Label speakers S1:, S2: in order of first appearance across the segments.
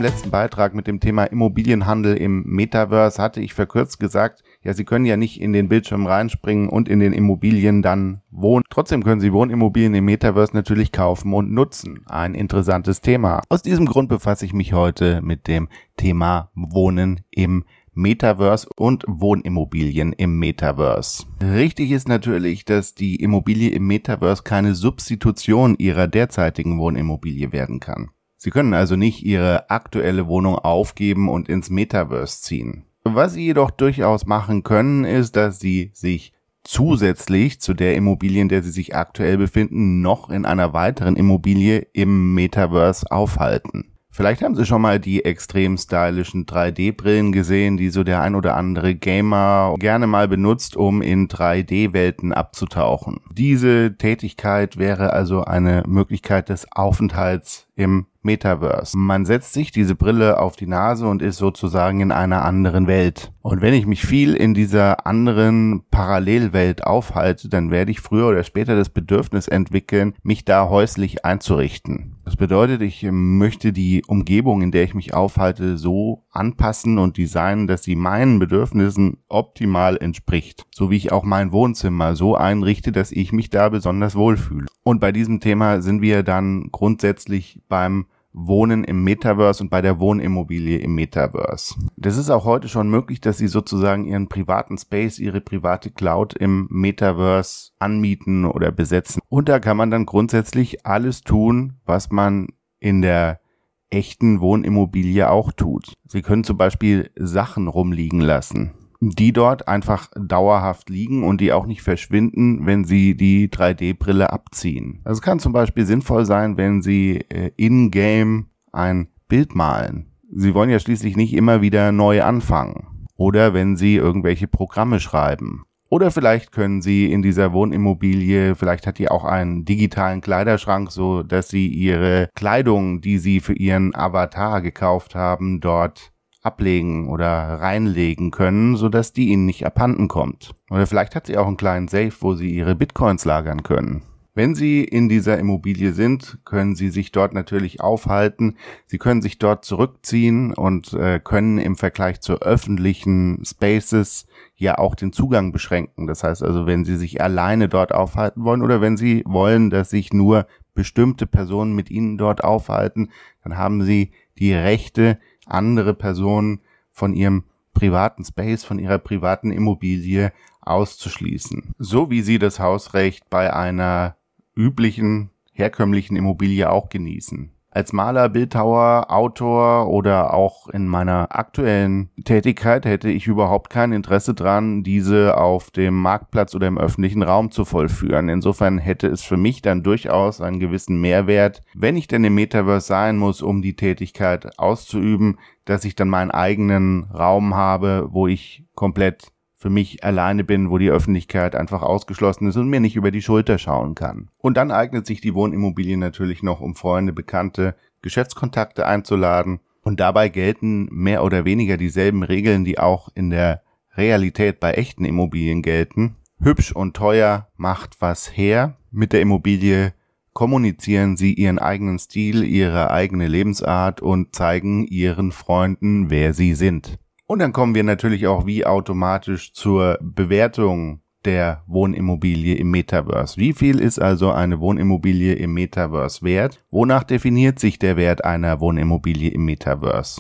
S1: letzten Beitrag mit dem Thema Immobilienhandel im Metaverse hatte ich verkürzt gesagt, ja, Sie können ja nicht in den Bildschirm reinspringen und in den Immobilien dann wohnen. Trotzdem können Sie Wohnimmobilien im Metaverse natürlich kaufen und nutzen. Ein interessantes Thema. Aus diesem Grund befasse ich mich heute mit dem Thema Wohnen im Metaverse und Wohnimmobilien im Metaverse. Richtig ist natürlich, dass die Immobilie im Metaverse keine Substitution Ihrer derzeitigen Wohnimmobilie werden kann. Sie können also nicht Ihre aktuelle Wohnung aufgeben und ins Metaverse ziehen. Was Sie jedoch durchaus machen können, ist, dass Sie sich zusätzlich zu der Immobilie, in der Sie sich aktuell befinden, noch in einer weiteren Immobilie im Metaverse aufhalten. Vielleicht haben Sie schon mal die extrem stylischen 3D-Brillen gesehen, die so der ein oder andere Gamer gerne mal benutzt, um in 3D-Welten abzutauchen. Diese Tätigkeit wäre also eine Möglichkeit des Aufenthalts im Metaverse. Man setzt sich diese Brille auf die Nase und ist sozusagen in einer anderen Welt. Und wenn ich mich viel in dieser anderen Parallelwelt aufhalte, dann werde ich früher oder später das Bedürfnis entwickeln, mich da häuslich einzurichten. Das bedeutet, ich möchte die Umgebung, in der ich mich aufhalte, so anpassen und designen, dass sie meinen Bedürfnissen optimal entspricht. So wie ich auch mein Wohnzimmer so einrichte, dass ich mich da besonders wohlfühle. Und bei diesem Thema sind wir dann grundsätzlich beim Wohnen im Metaverse und bei der Wohnimmobilie im Metaverse. Das ist auch heute schon möglich, dass Sie sozusagen Ihren privaten Space, Ihre private Cloud im Metaverse anmieten oder besetzen. Und da kann man dann grundsätzlich alles tun, was man in der echten Wohnimmobilie auch tut. Sie können zum Beispiel Sachen rumliegen lassen, die dort einfach dauerhaft liegen und die auch nicht verschwinden, wenn Sie die 3D-Brille abziehen. Also es kann zum Beispiel sinnvoll sein, wenn Sie in-game ein Bild malen. Sie wollen ja schließlich nicht immer wieder neu anfangen. Oder wenn Sie irgendwelche Programme schreiben. Oder vielleicht können Sie in dieser Wohnimmobilie, vielleicht hat die auch einen digitalen Kleiderschrank, so dass Sie Ihre Kleidung, die Sie für Ihren Avatar gekauft haben, dort ablegen oder reinlegen können, sodass die Ihnen nicht abhanden kommt. Oder vielleicht hat sie auch einen kleinen Safe, wo Sie Ihre Bitcoins lagern können. Wenn Sie in dieser Immobilie sind, können Sie sich dort natürlich aufhalten. Sie können sich dort zurückziehen und können im Vergleich zu öffentlichen Spaces ja auch den Zugang beschränken. Das heißt also, wenn Sie sich alleine dort aufhalten wollen oder wenn Sie wollen, dass sich nur bestimmte Personen mit Ihnen dort aufhalten, dann haben Sie die Rechte, andere Personen von ihrem privaten Space, von ihrer privaten Immobilie auszuschließen. So wie sie das Hausrecht bei einer üblichen, herkömmlichen Immobilie auch genießen. Als Maler, Bildhauer, Autor oder auch in meiner aktuellen Tätigkeit hätte ich überhaupt kein Interesse dran, diese auf dem Marktplatz oder im öffentlichen Raum zu vollführen. Insofern hätte es für mich dann durchaus einen gewissen Mehrwert, wenn ich denn im Metaverse sein muss, um die Tätigkeit auszuüben, dass ich dann meinen eigenen Raum habe, wo ich komplett für mich alleine bin, wo die Öffentlichkeit einfach ausgeschlossen ist und mir nicht über die Schulter schauen kann. Und dann eignet sich die Wohnimmobilie natürlich noch, um Freunde, Bekannte, Geschäftskontakte einzuladen. Und dabei gelten mehr oder weniger dieselben Regeln, die auch in der Realität bei echten Immobilien gelten. Hübsch und teuer macht was her. Mit der Immobilie kommunizieren Sie Ihren eigenen Stil, Ihre eigene Lebensart und zeigen Ihren Freunden, wer Sie sind. Und dann kommen wir natürlich auch wie automatisch zur Bewertung der Wohnimmobilie im Metaverse. Wie viel ist also eine Wohnimmobilie im Metaverse wert? Wonach definiert sich der Wert einer Wohnimmobilie im Metaverse?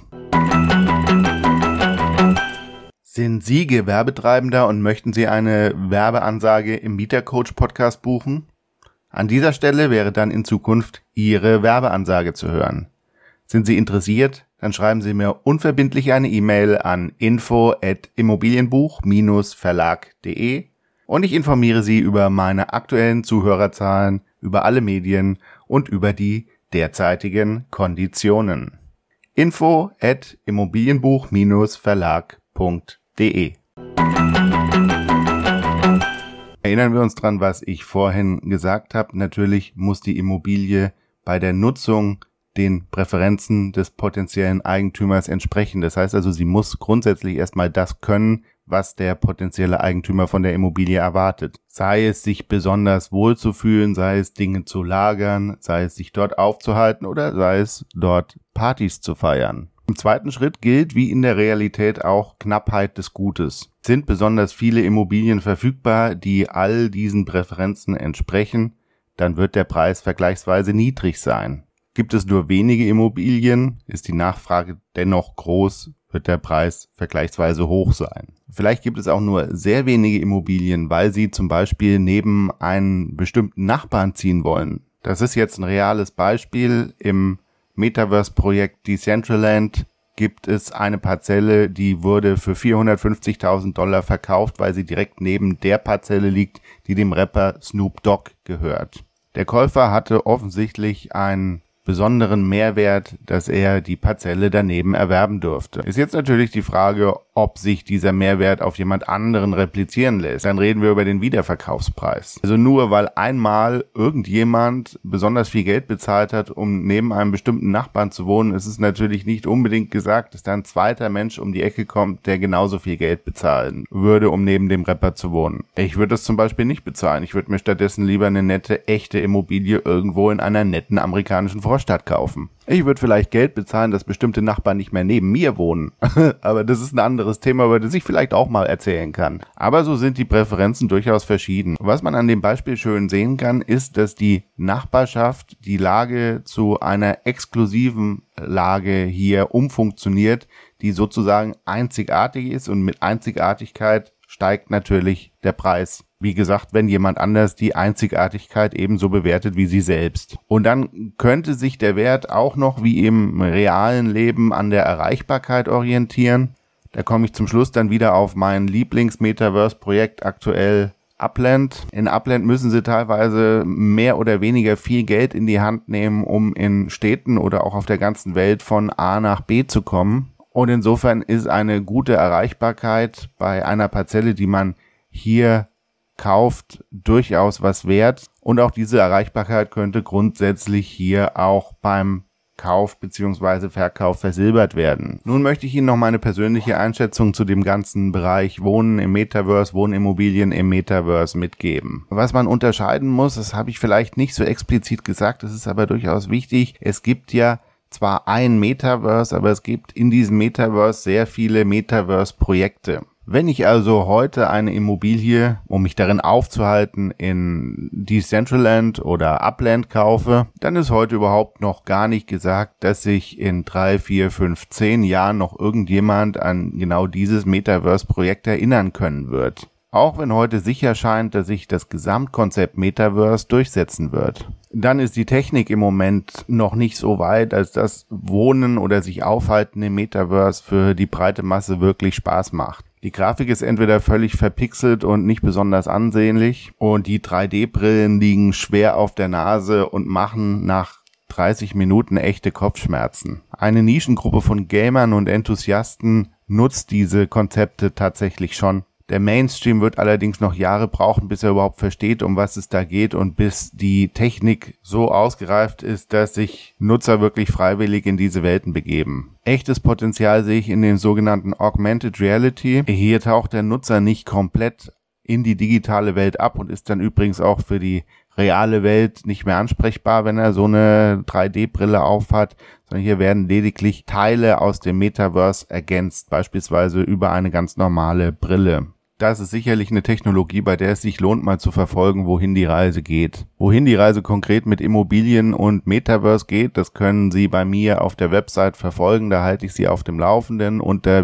S1: Sind Sie Gewerbetreibender und möchten Sie eine Werbeansage im Mietercoach-Podcast buchen? An dieser Stelle wäre dann in Zukunft Ihre Werbeansage zu hören. Sind Sie interessiert? Dann schreiben Sie mir unverbindlich eine E-Mail an info@immobilienbuch-verlag.de und ich informiere Sie über meine aktuellen Zuhörerzahlen, über alle Medien und über die derzeitigen Konditionen. info@immobilienbuch-verlag.de. Erinnern wir uns dran, was ich vorhin gesagt habe. Natürlich muss die Immobilie bei der Nutzung den Präferenzen des potenziellen Eigentümers entsprechen. Das heißt also, sie muss grundsätzlich erstmal das können, was der potenzielle Eigentümer von der Immobilie erwartet. Sei es, sich besonders wohl zu fühlen, sei es, Dinge zu lagern, sei es, sich dort aufzuhalten oder sei es, dort Partys zu feiern. Im zweiten Schritt gilt wie in der Realität auch Knappheit des Gutes. Sind besonders viele Immobilien verfügbar, die all diesen Präferenzen entsprechen, dann wird der Preis vergleichsweise niedrig sein. Gibt es nur wenige Immobilien, ist die Nachfrage dennoch groß, wird der Preis vergleichsweise hoch sein. Vielleicht gibt es auch nur sehr wenige Immobilien, weil Sie zum Beispiel neben einen bestimmten Nachbarn ziehen wollen. Das ist jetzt ein reales Beispiel. Im Metaverse-Projekt Decentraland gibt es eine Parzelle, die wurde für $450.000 verkauft, weil sie direkt neben der Parzelle liegt, die dem Rapper Snoop Dogg gehört. Der Käufer hatte offensichtlich einen besonderen Mehrwert, dass er die Parzelle daneben erwerben durfte. Ist jetzt natürlich die Frage, ob sich dieser Mehrwert auf jemand anderen replizieren lässt. Dann reden wir über den Wiederverkaufspreis. Also nur weil einmal irgendjemand besonders viel Geld bezahlt hat, um neben einem bestimmten Nachbarn zu wohnen, ist es natürlich nicht unbedingt gesagt, dass da ein zweiter Mensch um die Ecke kommt, der genauso viel Geld bezahlen würde, um neben dem Rapper zu wohnen. Ich würde das zum Beispiel nicht bezahlen. Ich würde mir stattdessen lieber eine nette, echte Immobilie irgendwo in einer netten amerikanischen Vorstadt kaufen. Ich würde vielleicht Geld bezahlen, dass bestimmte Nachbarn nicht mehr neben mir wohnen. Aber das ist ein anderes Thema, über das ich vielleicht auch mal erzählen kann. Aber so sind die Präferenzen durchaus verschieden. Was man an dem Beispiel schön sehen kann, ist, dass die Nachbarschaft die Lage zu einer exklusiven Lage hier umfunktioniert, die sozusagen einzigartig ist, und mit Einzigartigkeit steigt natürlich der Preis. Wie gesagt, wenn jemand anders die Einzigartigkeit ebenso bewertet wie sie selbst. Und dann könnte sich der Wert auch noch wie im realen Leben an der Erreichbarkeit orientieren. Da komme ich zum Schluss dann wieder auf mein Lieblings-Metaverse-Projekt aktuell, Upland. In Upland müssen sie teilweise mehr oder weniger viel Geld in die Hand nehmen, um in Städten oder auch auf der ganzen Welt von A nach B zu kommen. Und insofern ist eine gute Erreichbarkeit bei einer Parzelle, die man hier kauft, durchaus was wert. Und auch diese Erreichbarkeit könnte grundsätzlich hier auch beim Kauf bzw. Verkauf versilbert werden. Nun möchte ich Ihnen noch meine persönliche Einschätzung zu dem ganzen Bereich Wohnen im Metaverse, Wohnimmobilien im Metaverse mitgeben. Was man unterscheiden muss, das habe ich vielleicht nicht so explizit gesagt, das ist aber durchaus wichtig. Es gibt ja zwar ein Metaverse, aber es gibt in diesem Metaverse sehr viele Metaverse-Projekte. Wenn ich also heute eine Immobilie, um mich darin aufzuhalten, in Decentraland oder Upland kaufe, dann ist heute überhaupt noch gar nicht gesagt, dass sich in 3, 4, 5, 10 Jahren noch irgendjemand an genau dieses Metaverse-Projekt erinnern können wird. Auch wenn heute sicher scheint, dass sich das Gesamtkonzept Metaverse durchsetzen wird. Dann ist die Technik im Moment noch nicht so weit, als das Wohnen oder sich aufhalten im Metaverse für die breite Masse wirklich Spaß macht. Die Grafik ist entweder völlig verpixelt und nicht besonders ansehnlich und die 3D-Brillen liegen schwer auf der Nase und machen nach 30 Minuten echte Kopfschmerzen. Eine Nischengruppe von Gamern und Enthusiasten nutzt diese Konzepte tatsächlich schon. Der Mainstream wird allerdings noch Jahre brauchen, bis er überhaupt versteht, um was es da geht und bis die Technik so ausgereift ist, dass sich Nutzer wirklich freiwillig in diese Welten begeben. Echtes Potenzial sehe ich in den sogenannten Augmented Reality. Hier taucht der Nutzer nicht komplett in die digitale Welt ab und ist dann übrigens auch für die reale Welt nicht mehr ansprechbar, wenn er so eine 3D-Brille aufhat, sondern hier werden lediglich Teile aus dem Metaverse ergänzt, beispielsweise über eine ganz normale Brille. Das ist sicherlich eine Technologie, bei der es sich lohnt, mal zu verfolgen, wohin die Reise geht. Wohin die Reise konkret mit Immobilien und Metaverse geht, das können Sie bei mir auf der Website verfolgen. Da halte ich Sie auf dem Laufenden unter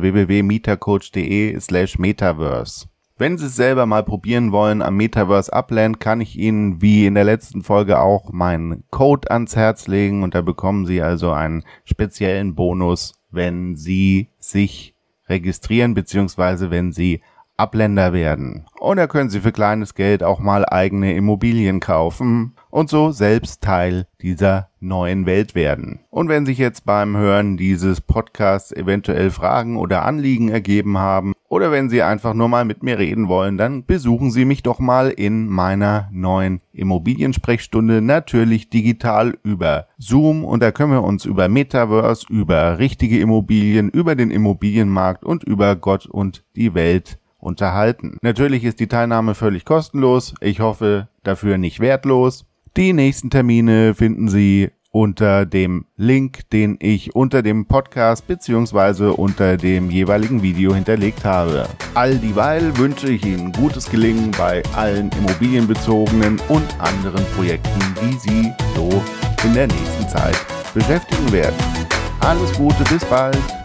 S1: www.metacoach.de/metaverse. Wenn Sie es selber mal probieren wollen am Metaverse Upland, kann ich Ihnen wie in der letzten Folge auch meinen Code ans Herz legen und da bekommen Sie also einen speziellen Bonus, wenn Sie sich registrieren bzw. wenn Sie Abländer werden. Und da können Sie für kleines Geld auch mal eigene Immobilien kaufen und so selbst Teil dieser neuen Welt werden. Und wenn sich jetzt beim Hören dieses Podcasts eventuell Fragen oder Anliegen ergeben haben oder wenn Sie einfach nur mal mit mir reden wollen, dann besuchen Sie mich doch mal in meiner neuen Immobiliensprechstunde, natürlich digital über Zoom, und da können wir uns über Metaverse, über richtige Immobilien, über den Immobilienmarkt und über Gott und die Welt unterhalten. Natürlich ist die Teilnahme völlig kostenlos. Ich hoffe, dafür nicht wertlos. Die nächsten Termine finden Sie unter dem Link, den ich unter dem Podcast bzw. unter dem jeweiligen Video hinterlegt habe. All dieweil wünsche ich Ihnen gutes Gelingen bei allen immobilienbezogenen und anderen Projekten, die Sie so in der nächsten Zeit beschäftigen werden. Alles Gute, bis bald!